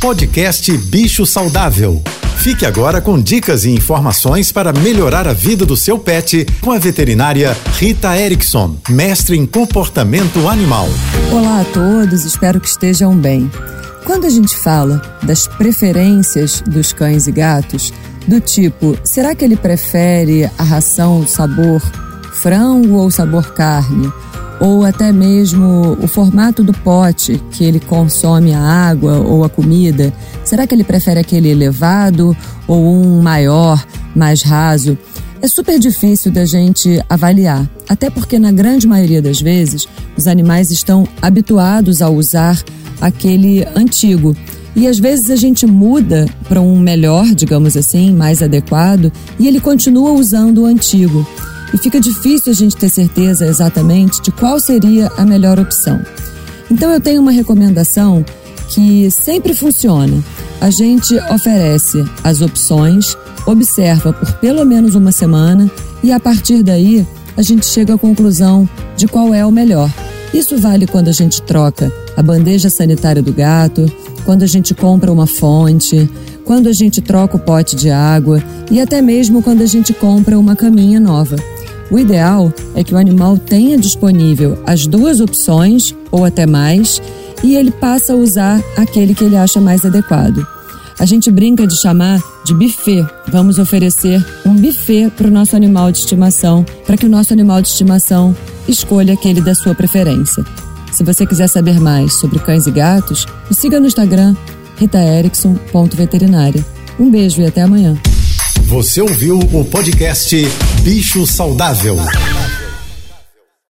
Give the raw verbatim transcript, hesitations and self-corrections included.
Podcast Bicho Saudável. Fique agora com dicas e informações para melhorar a vida do seu pet com a veterinária Rita Erickson, mestre em comportamento animal. Olá a todos, espero que estejam bem. Quando a gente fala das preferências dos cães e gatos, do tipo, será que ele prefere a ração sabor frango ou sabor carne? Ou até mesmo o formato do pote que ele consome a água ou a comida, será que ele prefere aquele elevado ou um maior, mais raso? É super difícil da gente avaliar, até porque na grande maioria das vezes os animais estão habituados a usar aquele antigo. E às vezes a gente muda para um melhor, digamos assim, mais adequado, e ele continua usando o antigo. E fica difícil a gente ter certeza exatamente de qual seria a melhor opção. Então eu tenho uma recomendação que sempre funciona. A gente oferece as opções, observa por pelo menos uma semana e a partir daí a gente chega à conclusão de qual é o melhor. Isso vale quando a gente troca a bandeja sanitária do gato, quando a gente compra uma fonte, quando a gente troca o pote de água e até mesmo quando a gente compra uma caminha nova. O ideal é que o animal tenha disponível as duas opções, ou até mais, e ele passa a usar aquele que ele acha mais adequado. A gente brinca de chamar de buffet. Vamos oferecer um buffet para o nosso animal de estimação, para que o nosso animal de estimação escolha aquele da sua preferência. Se você quiser saber mais sobre cães e gatos, me siga no Instagram, rita erickson ponto veterinária. Um beijo e até amanhã. Você ouviu o podcast Bicho Saudável.